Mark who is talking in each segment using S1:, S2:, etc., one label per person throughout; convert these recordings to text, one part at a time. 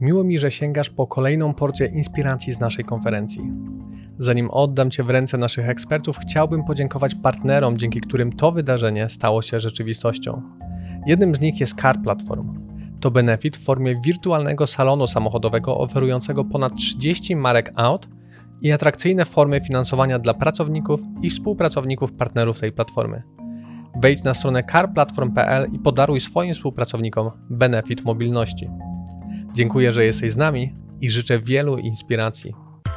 S1: Miło mi, że sięgasz po kolejną porcję inspiracji z naszej konferencji. Zanim oddam Cię w ręce naszych ekspertów, chciałbym podziękować partnerom, dzięki którym to wydarzenie stało się rzeczywistością. Jednym z nich jest Car Platform. To benefit w formie wirtualnego salonu samochodowego oferującego ponad 30 marek aut i atrakcyjne formy finansowania dla pracowników i współpracowników partnerów tej platformy. Wejdź na stronę carplatform.pl i podaruj swoim współpracownikom benefit mobilności. Dziękuję, że jesteś z nami i życzę wielu inspiracji.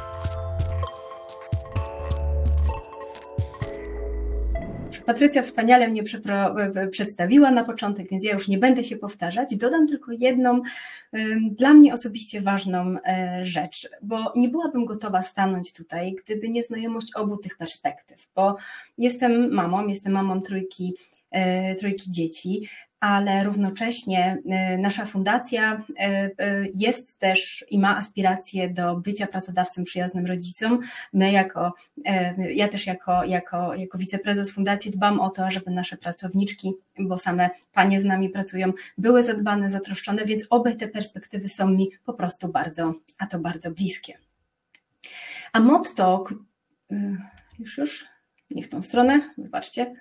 S2: Patrycja wspaniale mnie przedstawiła na początek, więc ja już nie będę się powtarzać. Dodam tylko jedną dla mnie osobiście ważną rzecz, bo nie byłabym gotowa stanąć tutaj, gdyby nie znajomość obu tych perspektyw, bo jestem mamą trójki dzieci, ale równocześnie nasza fundacja jest też i ma aspiracje do bycia pracodawcą przyjaznym rodzicom. Ja też jako wiceprezes fundacji dbam o to, żeby nasze pracowniczki, bo same panie z nami pracują, były zadbane, zatroszczone, więc obie te perspektywy są mi po prostu bardzo bliskie. A motto, już, nie w tą stronę, wybaczcie,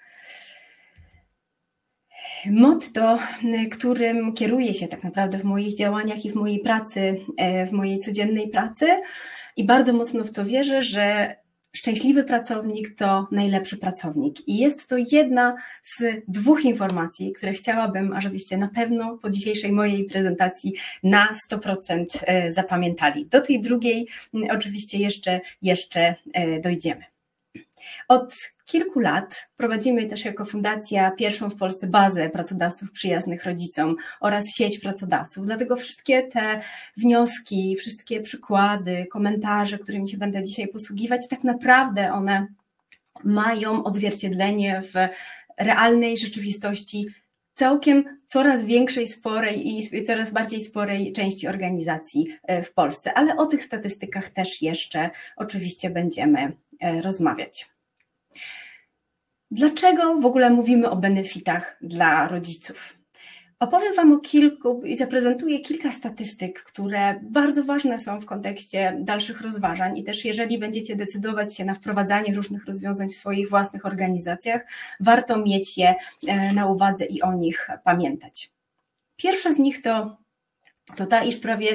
S2: motto, którym kieruję się tak naprawdę w moich działaniach i w mojej pracy, w mojej codziennej pracy i bardzo mocno w to wierzę, że szczęśliwy pracownik to najlepszy pracownik. I jest to jedna z dwóch informacji, które chciałabym, ażebyście na pewno po dzisiejszej mojej prezentacji na 100% zapamiętali. Do tej drugiej oczywiście jeszcze dojdziemy. Od kilku lat prowadzimy też jako fundacja pierwszą w Polsce bazę pracodawców przyjaznych rodzicom oraz sieć pracodawców. Dlatego wszystkie te wnioski, wszystkie przykłady, komentarze, którymi się będę dzisiaj posługiwać, tak naprawdę one mają odzwierciedlenie w realnej rzeczywistości coraz większej, sporej i coraz bardziej sporej części organizacji w Polsce. Ale o tych statystykach też jeszcze oczywiście będziemy rozmawiać. Dlaczego w ogóle mówimy o benefitach dla rodziców? Opowiem Wam o kilku i zaprezentuję kilka statystyk, które bardzo ważne są w kontekście dalszych rozważań i też jeżeli będziecie decydować się na wprowadzanie różnych rozwiązań w swoich własnych organizacjach, warto mieć je na uwadze i o nich pamiętać. Pierwsza z nich to ta, iż prawie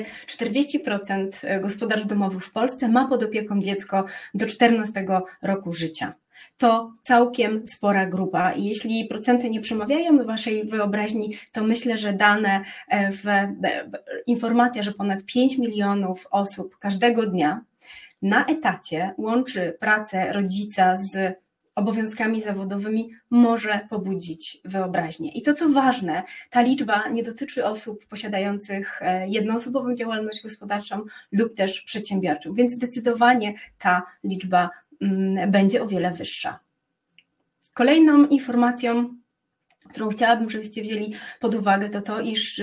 S2: 40% gospodarstw domowych w Polsce ma pod opieką dziecko do 14 roku życia. To całkiem spora grupa i jeśli procenty nie przemawiają do Waszej wyobraźni, to myślę, że informacja, że ponad 5 milionów osób każdego dnia na etacie łączy pracę rodzica z obowiązkami zawodowymi, może pobudzić wyobraźnię. I to co ważne, ta liczba nie dotyczy osób posiadających jednoosobową działalność gospodarczą lub też przedsiębiorczą, więc zdecydowanie ta liczba będzie o wiele wyższa. Kolejną informacją, którą chciałabym, żebyście wzięli pod uwagę, to to, iż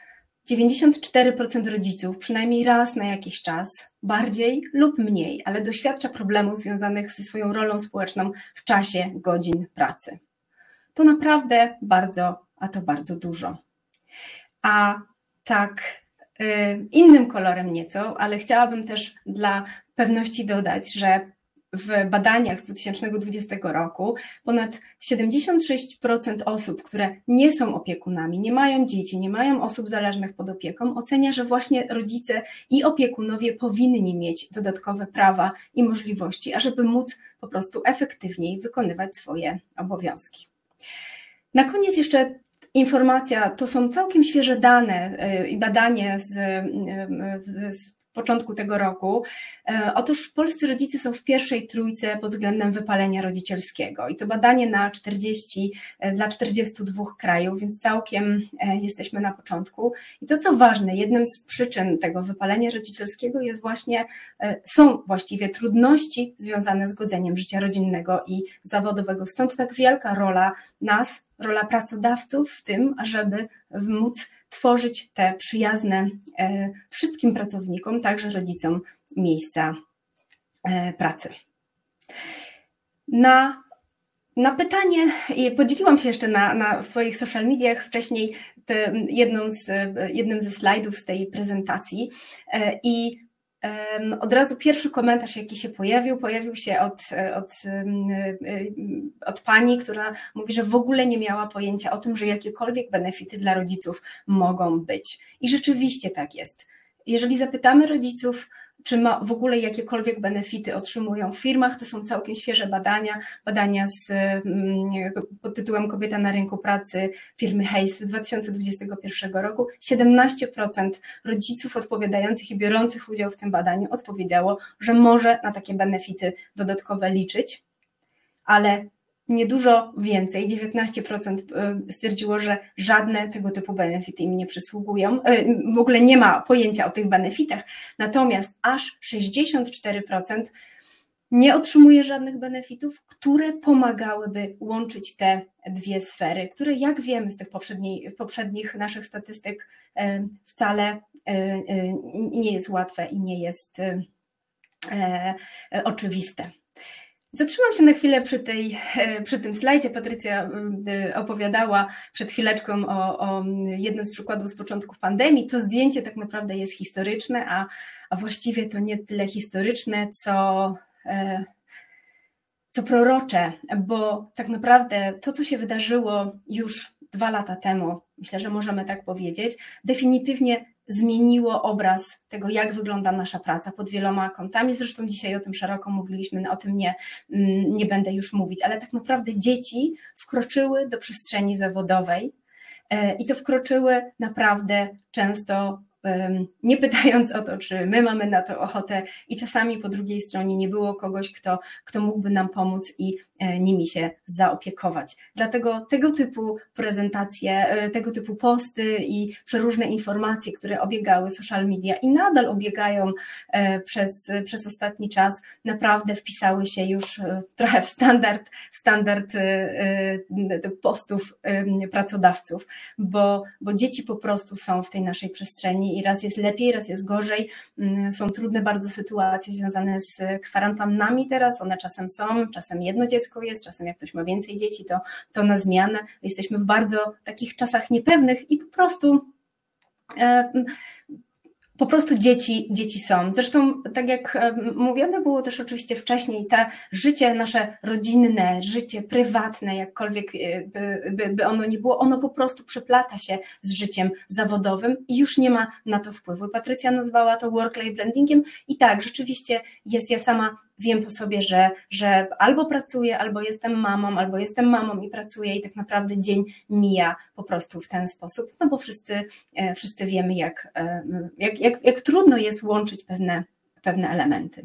S2: 94% rodziców przynajmniej raz na jakiś czas, bardziej lub mniej, ale doświadcza problemów związanych ze swoją rolą społeczną w czasie godzin pracy. To naprawdę bardzo dużo. A tak innym kolorem nieco, ale chciałabym też dla pewności dodać, że w badaniach z 2020 roku ponad 76% osób, które nie są opiekunami, nie mają dzieci, nie mają osób zależnych pod opieką, ocenia, że właśnie rodzice i opiekunowie powinni mieć dodatkowe prawa i możliwości, ażeby móc po prostu efektywniej wykonywać swoje obowiązki. Na koniec jeszcze informacja, to są całkiem świeże dane i badanie z początku tego roku. Otóż polscy rodzice są w pierwszej trójce pod względem wypalenia rodzicielskiego i to badanie dla 42 krajów, więc całkiem jesteśmy na początku. I to co ważne, jednym z przyczyn tego wypalenia rodzicielskiego są właściwie trudności związane z godzeniem życia rodzinnego i zawodowego. Stąd tak wielka rola rola pracodawców w tym, ażeby móc tworzyć te przyjazne wszystkim pracownikom, także rodzicom, miejsca pracy. Na pytanie, i podzieliłam się jeszcze w swoich social mediach wcześniej jednym ze slajdów z tej prezentacji i od razu pierwszy komentarz, jaki się pojawił się od pani, która mówi, że w ogóle nie miała pojęcia o tym, że jakiekolwiek benefity dla rodziców mogą być. I rzeczywiście tak jest. Jeżeli zapytamy rodziców, czy w ogóle jakiekolwiek benefity otrzymują w firmach, to są całkiem świeże badania pod tytułem Kobieta na rynku pracy firmy Hays z 2021 roku. 17% rodziców odpowiadających i biorących udział w tym badaniu odpowiedziało, że może na takie benefity dodatkowe liczyć, ale niedużo więcej, 19% stwierdziło, że żadne tego typu benefity im nie przysługują, w ogóle nie ma pojęcia o tych benefitach, natomiast aż 64% nie otrzymuje żadnych benefitów, które pomagałyby łączyć te dwie sfery, które jak wiemy z tych poprzednich naszych statystyk wcale nie jest łatwe i nie jest oczywiste. Zatrzymam się na chwilę przy tym slajdzie. Patrycja opowiadała przed chwileczką o jednym z przykładów z początków pandemii. To zdjęcie tak naprawdę jest historyczne, a właściwie to nie tyle historyczne, co prorocze, bo tak naprawdę to, co się wydarzyło już 2 lata temu, myślę, że możemy tak powiedzieć, definitywnie zmieniło obraz tego, jak wygląda nasza praca pod wieloma kątami. Zresztą dzisiaj o tym szeroko mówiliśmy, o tym nie będę już mówić, ale tak naprawdę dzieci wkroczyły do przestrzeni zawodowej i to wkroczyły naprawdę często, nie pytając o to, czy my mamy na to ochotę i czasami po drugiej stronie nie było kogoś, kto mógłby nam pomóc i nimi się zaopiekować. Dlatego tego typu prezentacje, tego typu posty i przeróżne informacje, które obiegały social media i nadal obiegają przez ostatni czas, naprawdę wpisały się już trochę w standard postów pracodawców, bo dzieci po prostu są w tej naszej przestrzeni i raz jest lepiej, raz jest gorzej. Są trudne bardzo sytuacje związane z kwarantannami teraz, one czasem są, czasem jedno dziecko jest, czasem jak ktoś ma więcej dzieci, to na zmianę. Jesteśmy w bardzo takich czasach niepewnych i po prostu dzieci są. Zresztą tak jak mówione było też oczywiście wcześniej, to życie nasze rodzinne, życie prywatne, jakkolwiek by ono nie było, ono po prostu przeplata się z życiem zawodowym i już nie ma na to wpływu. Patrycja nazwała to work-life blendingiem i tak, rzeczywiście jest, ja sama wiem po sobie, że albo pracuję, albo jestem mamą i pracuję i tak naprawdę dzień mija po prostu w ten sposób, no bo wszyscy wiemy, jak trudno jest łączyć pewne elementy.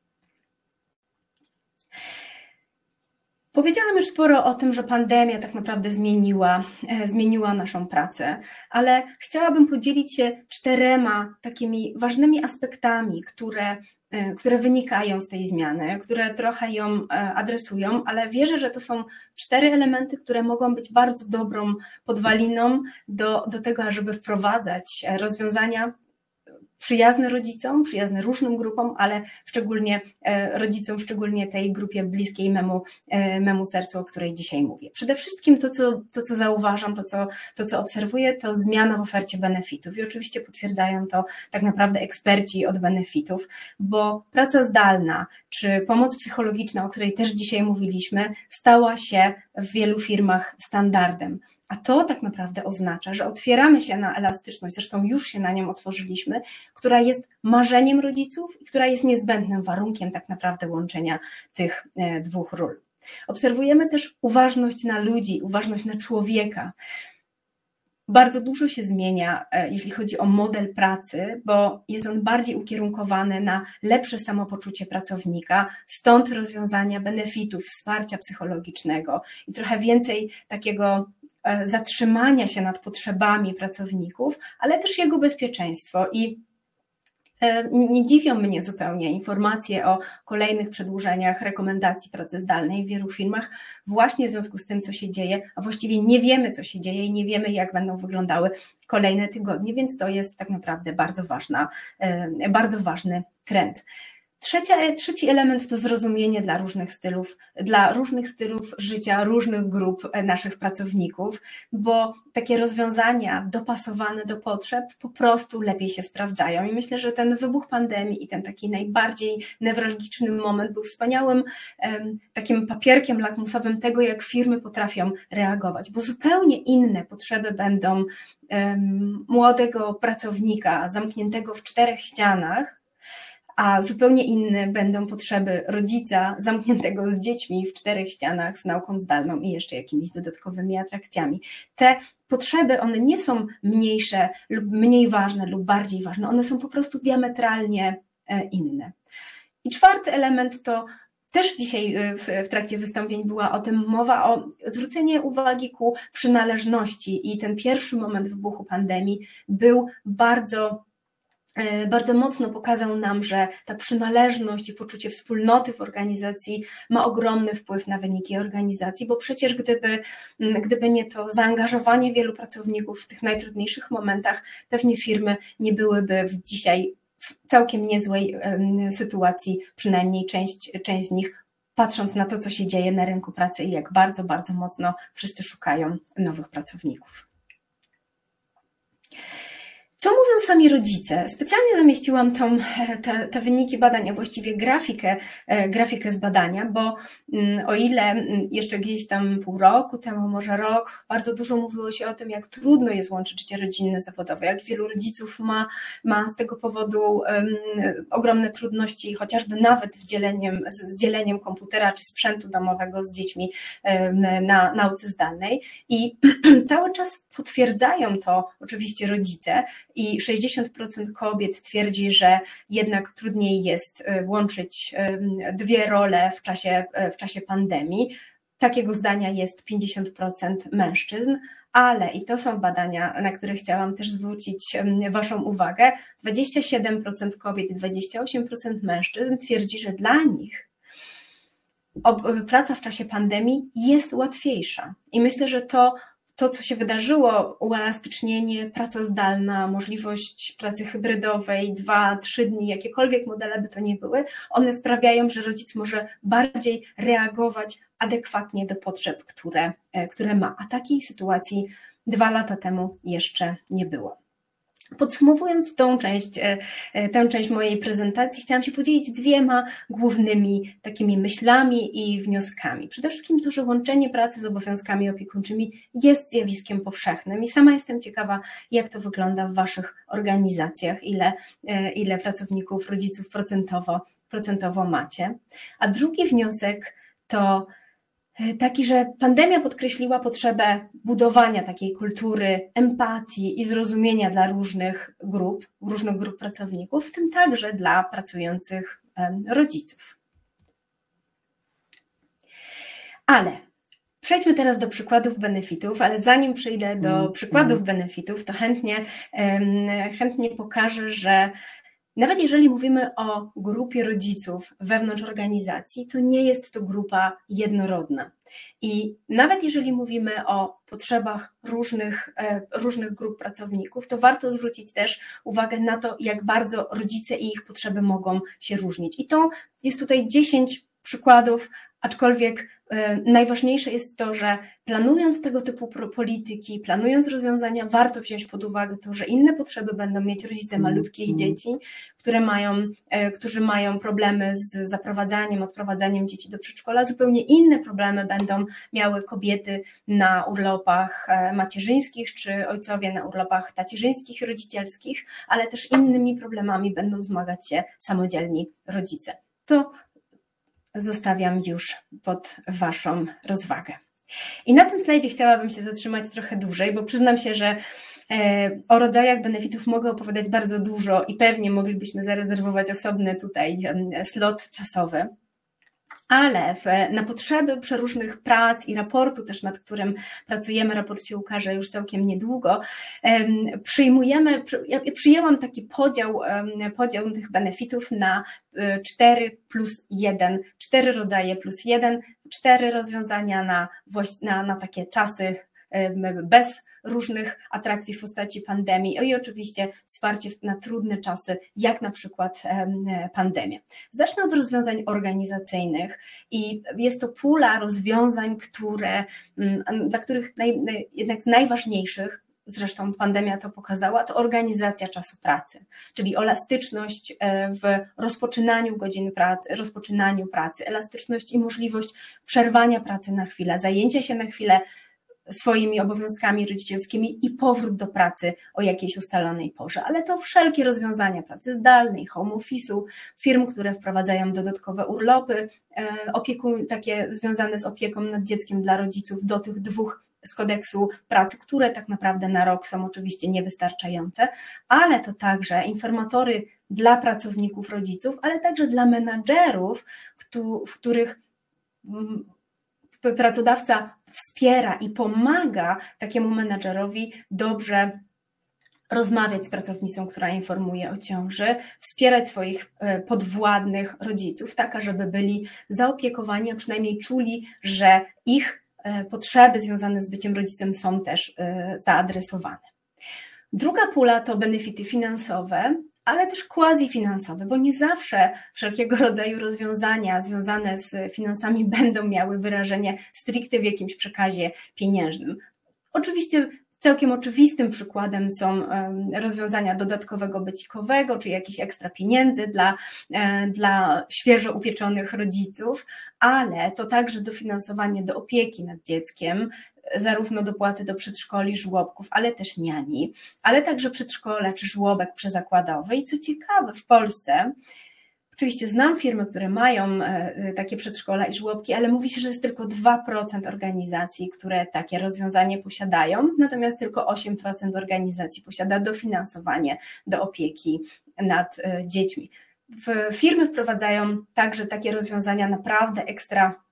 S2: Powiedziałam już sporo o tym, że pandemia tak naprawdę zmieniła naszą pracę, ale chciałabym podzielić się 4 takimi ważnymi aspektami, które wynikają z tej zmiany, które trochę ją adresują, ale wierzę, że to są 4 elementy, które mogą być bardzo dobrą podwaliną do tego, ażeby wprowadzać rozwiązania przyjazne rodzicom, przyjazne różnym grupom, ale szczególnie rodzicom, szczególnie tej grupie bliskiej memu sercu, o której dzisiaj mówię. Przede wszystkim to, co zauważam, to, co obserwuję, to zmiana w ofercie benefitów i oczywiście potwierdzają to tak naprawdę eksperci od benefitów, bo praca zdalna czy pomoc psychologiczna, o której też dzisiaj mówiliśmy, stała się w wielu firmach standardem. A to tak naprawdę oznacza, że otwieramy się na elastyczność, zresztą już się na nią otworzyliśmy, która jest marzeniem rodziców i która jest niezbędnym warunkiem tak naprawdę łączenia tych 2 ról. Obserwujemy też uważność na ludzi, uważność na człowieka. Bardzo dużo się zmienia, jeśli chodzi o model pracy, bo jest on bardziej ukierunkowany na lepsze samopoczucie pracownika, stąd rozwiązania benefitów, wsparcia psychologicznego i trochę więcej takiego zatrzymania się nad potrzebami pracowników, ale też jego bezpieczeństwo i nie dziwią mnie zupełnie informacje o kolejnych przedłużeniach rekomendacji pracy zdalnej w wielu firmach właśnie w związku z tym, co się dzieje, a właściwie nie wiemy, co się dzieje i nie wiemy, jak będą wyglądały kolejne tygodnie, więc to jest tak naprawdę bardzo ważny trend. Trzeci element to zrozumienie dla różnych stylów życia, różnych grup naszych pracowników, bo takie rozwiązania dopasowane do potrzeb po prostu lepiej się sprawdzają. I myślę, że ten wybuch pandemii i ten taki najbardziej newralgiczny moment był wspaniałym takim papierkiem lakmusowym tego, jak firmy potrafią reagować, bo zupełnie inne potrzeby będą młodego pracownika zamkniętego w 4 ścianach, a zupełnie inne będą potrzeby rodzica zamkniętego z dziećmi w 4 ścianach z nauką zdalną i jeszcze jakimiś dodatkowymi atrakcjami. Te potrzeby, one nie są mniejsze lub mniej ważne lub bardziej ważne, one są po prostu diametralnie inne. I 4. element to też dzisiaj w trakcie wystąpień była o tym mowa, o zwrócenie uwagi ku przynależności i ten pierwszy moment wybuchu pandemii był bardzo mocno pokazał nam, że ta przynależność i poczucie wspólnoty w organizacji ma ogromny wpływ na wyniki organizacji, bo przecież gdyby nie to zaangażowanie wielu pracowników w tych najtrudniejszych momentach, pewnie firmy nie byłyby dzisiaj w całkiem niezłej sytuacji, przynajmniej część z nich, patrząc na to, co się dzieje na rynku pracy i jak bardzo, bardzo mocno wszyscy szukają nowych pracowników. Co mówią sami rodzice? Specjalnie zamieściłam te wyniki badań, a właściwie grafikę z badania, bo o ile jeszcze gdzieś tam pół roku temu, może rok, bardzo dużo mówiło się o tym, jak trudno jest łączyć życie rodzinne, zawodowe, jak wielu rodziców ma z tego powodu ogromne trudności, chociażby nawet z dzieleniem komputera czy sprzętu domowego z dziećmi na nauce zdalnej. I cały czas potwierdzają to oczywiście rodzice, i 60% kobiet twierdzi, że jednak trudniej jest łączyć 2 role w czasie pandemii. Takiego zdania jest 50% mężczyzn, ale, i to są badania, na które chciałam też zwrócić Waszą uwagę, 27% kobiet i 28% mężczyzn twierdzi, że dla nich praca w czasie pandemii jest łatwiejsza. I myślę, że to, co się wydarzyło, uelastycznienie, praca zdalna, możliwość pracy hybrydowej, 2-3 dni, jakiekolwiek modele by to nie były, one sprawiają, że rodzic może bardziej reagować adekwatnie do potrzeb, które ma. A takiej sytuacji 2 lata temu jeszcze nie było. Podsumowując tę część mojej prezentacji, chciałam się podzielić 2 głównymi takimi myślami i wnioskami. Przede wszystkim to, że łączenie pracy z obowiązkami opiekuńczymi jest zjawiskiem powszechnym i sama jestem ciekawa, jak to wygląda w Waszych organizacjach, ile pracowników, rodziców procentowo macie. A drugi wniosek to taki, że pandemia podkreśliła potrzebę budowania takiej kultury empatii i zrozumienia dla różnych grup pracowników, w tym także dla pracujących rodziców. Ale przejdźmy teraz do przykładów benefitów, ale zanim przejdę do przykładów benefitów, to chętnie pokażę, że nawet jeżeli mówimy o grupie rodziców wewnątrz organizacji, to nie jest to grupa jednorodna. I nawet jeżeli mówimy o potrzebach różnych grup pracowników, to warto zwrócić też uwagę na to, jak bardzo rodzice i ich potrzeby mogą się różnić. I to jest tutaj 10 przykładów, aczkolwiek najważniejsze jest to, że planując tego typu polityki, planując rozwiązania, warto wziąć pod uwagę to, że inne potrzeby będą mieć rodzice malutkich dzieci, którzy mają problemy z zaprowadzaniem, odprowadzaniem dzieci do przedszkola, zupełnie inne problemy będą miały kobiety na urlopach macierzyńskich, czy ojcowie na urlopach tacierzyńskich i rodzicielskich, ale też innymi problemami będą zmagać się samodzielni rodzice. To zostawiam już pod Waszą rozwagę. I na tym slajdzie chciałabym się zatrzymać trochę dłużej, bo przyznam się, że o rodzajach benefitów mogę opowiadać bardzo dużo i pewnie moglibyśmy zarezerwować osobny tutaj slot czasowy. Ale na potrzeby przeróżnych prac i raportu też, nad którym pracujemy, raport się ukaże już całkiem niedługo, przyjęłam taki podział tych benefitów na 4+1, 4 rodzaje plus 1, 4 rozwiązania na takie czasy bez różnych atrakcji w postaci pandemii i oczywiście wsparcie na trudne czasy, jak na przykład pandemia. Zacznę od rozwiązań organizacyjnych i jest to pula rozwiązań, dla których jednak z najważniejszych, zresztą pandemia to pokazała, to organizacja czasu pracy, czyli elastyczność w rozpoczynaniu godzin pracy, rozpoczynaniu pracy, elastyczność i możliwość przerwania pracy na chwilę, zajęcia się na chwilę swoimi obowiązkami rodzicielskimi i powrót do pracy o jakiejś ustalonej porze, ale to wszelkie rozwiązania pracy zdalnej, home office'u, firm, które wprowadzają dodatkowe urlopy, takie związane z opieką nad dzieckiem dla rodziców do tych 2 z kodeksu pracy, które tak naprawdę na rok są oczywiście niewystarczające, ale to także informatory dla pracowników, rodziców, ale także dla menadżerów, w których pracodawca wspiera i pomaga takiemu menadżerowi dobrze rozmawiać z pracownicą, która informuje o ciąży, wspierać swoich podwładnych rodziców, tak żeby byli zaopiekowani, a przynajmniej czuli, że ich potrzeby związane z byciem rodzicem są też zaadresowane. Druga pula to benefity finansowe, ale też quasi-finansowe, bo nie zawsze wszelkiego rodzaju rozwiązania związane z finansami będą miały wyrażenie stricte w jakimś przekazie pieniężnym. Oczywiście całkiem oczywistym przykładem są rozwiązania dodatkowego becikowego, czy jakichś ekstra pieniędzy dla świeżo upieczonych rodziców, ale to także dofinansowanie do opieki nad dzieckiem, zarówno dopłaty do przedszkoli, żłobków, ale też niani, ale także przedszkola czy żłobek przyzakładowy. I co ciekawe, w Polsce, oczywiście znam firmy, które mają takie przedszkola i żłobki, ale mówi się, że jest tylko 2% organizacji, które takie rozwiązanie posiadają, natomiast tylko 8% organizacji posiada dofinansowanie do opieki nad dziećmi. Firmy wprowadzają także takie rozwiązania naprawdę ekstra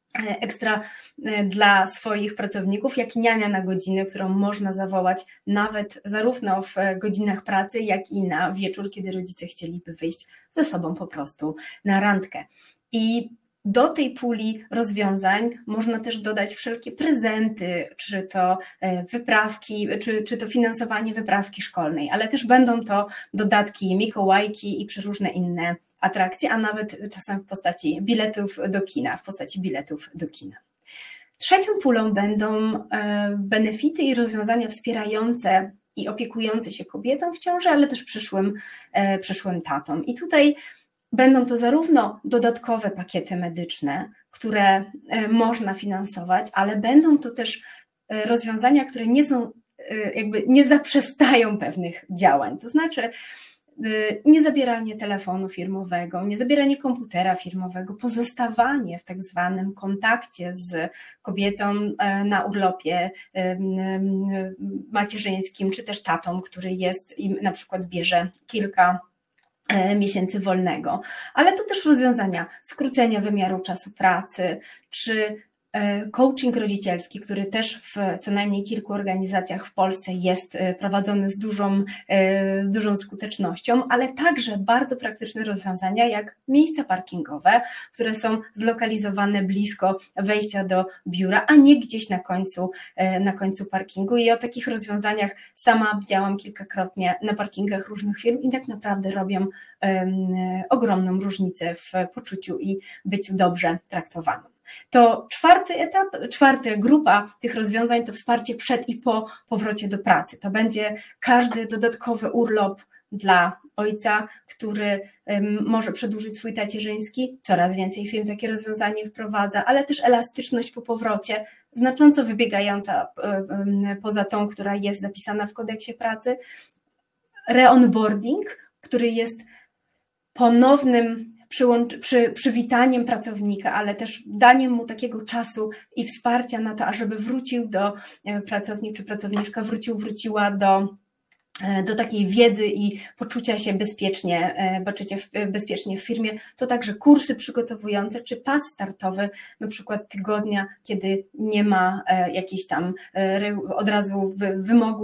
S2: dla swoich pracowników, jak niania na godziny, którą można zawołać nawet zarówno w godzinach pracy, jak i na wieczór, kiedy rodzice chcieliby wyjść ze sobą po prostu na randkę. I do tej puli rozwiązań można też dodać wszelkie prezenty, czy to wyprawki, czy to finansowanie wyprawki szkolnej, ale też będą to dodatki Mikołajki i przeróżne inne atrakcje, a nawet czasem w postaci biletów do kina. Trzecią pulą będą benefity i rozwiązania wspierające i opiekujące się kobietą w ciąży, ale też przyszłym tatą. I tutaj będą to zarówno dodatkowe pakiety medyczne, które można finansować, ale będą to też rozwiązania, które nie zaprzestają pewnych działań. To znaczy niezabieranie telefonu firmowego, niezabieranie komputera firmowego, pozostawanie w tak zwanym kontakcie z kobietą na urlopie macierzyńskim, czy też tatą, który jest i na przykład bierze kilka miesięcy wolnego, ale to też rozwiązania skrócenia wymiaru czasu pracy, czy coaching rodzicielski, który też w co najmniej kilku organizacjach w Polsce jest prowadzony z dużą skutecznością, ale także bardzo praktyczne rozwiązania jak miejsca parkingowe, które są zlokalizowane blisko wejścia do biura, a nie gdzieś na końcu parkingu. I o takich rozwiązaniach sama działam kilkakrotnie na parkingach różnych firm i tak naprawdę robią ogromną różnicę w poczuciu i byciu dobrze traktowaną. To czwarta grupa tych rozwiązań to wsparcie przed i po powrocie do pracy. To będzie każdy dodatkowy urlop dla ojca, który może przedłużyć swój tacierzyński. Coraz więcej firm takie rozwiązanie wprowadza, ale też elastyczność po powrocie, znacząco wybiegająca poza tą, która jest zapisana w kodeksie pracy. Reonboarding, który jest ponownym przywitaniem pracownika, ale też daniem mu takiego czasu i wsparcia na to, ażeby wrócił pracownik czy pracowniczka wróciła do takiej wiedzy i poczucia się bezpiecznie w firmie. To także kursy przygotowujące czy pas startowy, na przykład tygodnia, kiedy nie ma jakichś tam od razu wymogów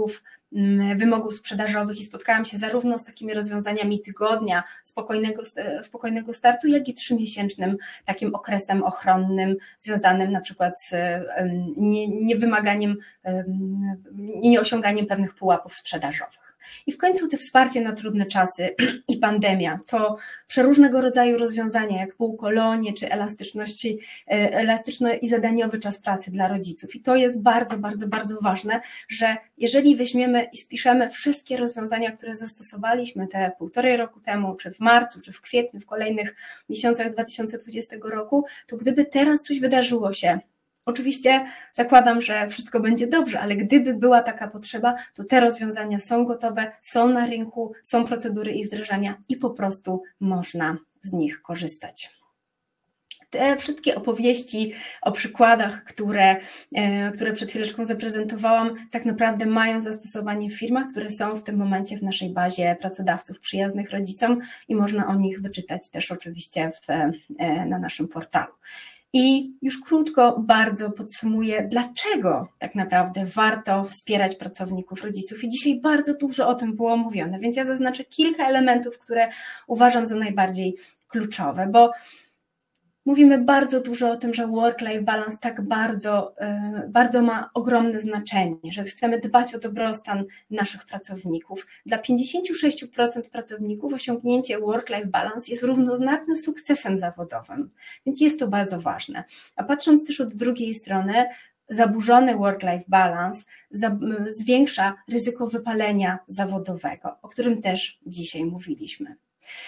S2: wymogów sprzedażowych i spotkałam się zarówno z takimi rozwiązaniami tygodnia spokojnego startu, jak i 3-miesięcznym takim okresem ochronnym związanym na przykład z niewymaganiem, nieosiąganiem pewnych pułapów sprzedażowych. I w końcu to wsparcie na trudne czasy i pandemia, to przeróżnego rodzaju rozwiązania jak półkolonie czy elastyczny i zadaniowy czas pracy dla rodziców. I to jest bardzo, bardzo, bardzo ważne, że jeżeli weźmiemy i spiszemy wszystkie rozwiązania, które zastosowaliśmy te 1,5 roku temu, czy w marcu, czy w kwietniu, w kolejnych miesiącach 2020 roku, to gdyby teraz coś wydarzyło się, oczywiście zakładam, że wszystko będzie dobrze, ale gdyby była taka potrzeba, to te rozwiązania są gotowe, są na rynku, są procedury ich wdrażania i po prostu można z nich korzystać. Te wszystkie opowieści o przykładach, które przed chwileczką zaprezentowałam, tak naprawdę mają zastosowanie w firmach, które są w tym momencie w naszej bazie pracodawców przyjaznych rodzicom i można o nich wyczytać też oczywiście na naszym portalu. I już krótko bardzo podsumuję, dlaczego tak naprawdę warto wspierać pracowników, rodziców. I dzisiaj bardzo dużo o tym było mówione, więc ja zaznaczę kilka elementów, które uważam za najbardziej kluczowe, bo mówimy bardzo dużo o tym, że work-life balance tak bardzo ma ogromne znaczenie, że chcemy dbać o dobrostan naszych pracowników. Dla 56% pracowników osiągnięcie work-life balance jest równoznaczne z sukcesem zawodowym, więc jest to bardzo ważne. A patrząc też od drugiej strony, zaburzony work-life balance zwiększa ryzyko wypalenia zawodowego, o którym też dzisiaj mówiliśmy.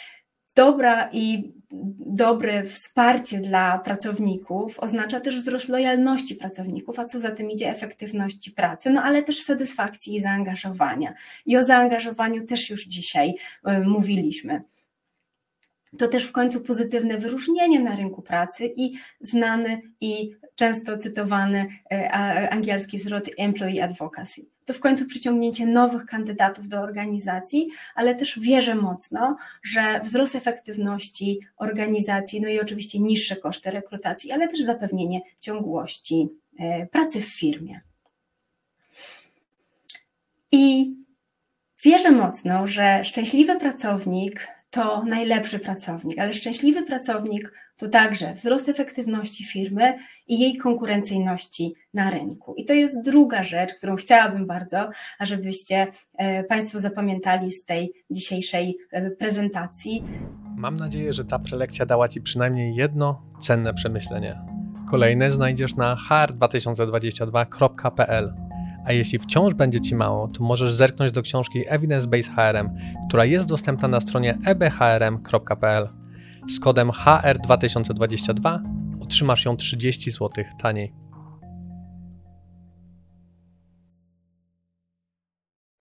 S2: Dobre wsparcie dla pracowników oznacza też wzrost lojalności pracowników, a co za tym idzie efektywności pracy, no ale też satysfakcji i zaangażowania. I o zaangażowaniu też już dzisiaj mówiliśmy. To też w końcu pozytywne wyróżnienie na rynku pracy i znany i często cytowany angielski zwrot employee advocacy. To w końcu przyciągnięcie nowych kandydatów do organizacji, ale też wierzę mocno, że wzrost efektywności organizacji, no i oczywiście niższe koszty rekrutacji, ale też zapewnienie ciągłości pracy w firmie. I wierzę mocno, że szczęśliwy pracownik to najlepszy pracownik, ale szczęśliwy pracownik to także wzrost efektywności firmy i jej konkurencyjności na rynku. I to jest druga rzecz, którą chciałabym bardzo, ażebyście Państwo zapamiętali z tej dzisiejszej prezentacji.
S1: Mam nadzieję, że ta prelekcja dała Ci przynajmniej jedno cenne przemyślenie. Kolejne znajdziesz na hr2022.pl. A jeśli wciąż będzie Ci mało, to możesz zerknąć do książki Evidence Based HRM, która jest dostępna na stronie ebhrm.pl. Z kodem HR2022 otrzymasz ją 30 zł taniej.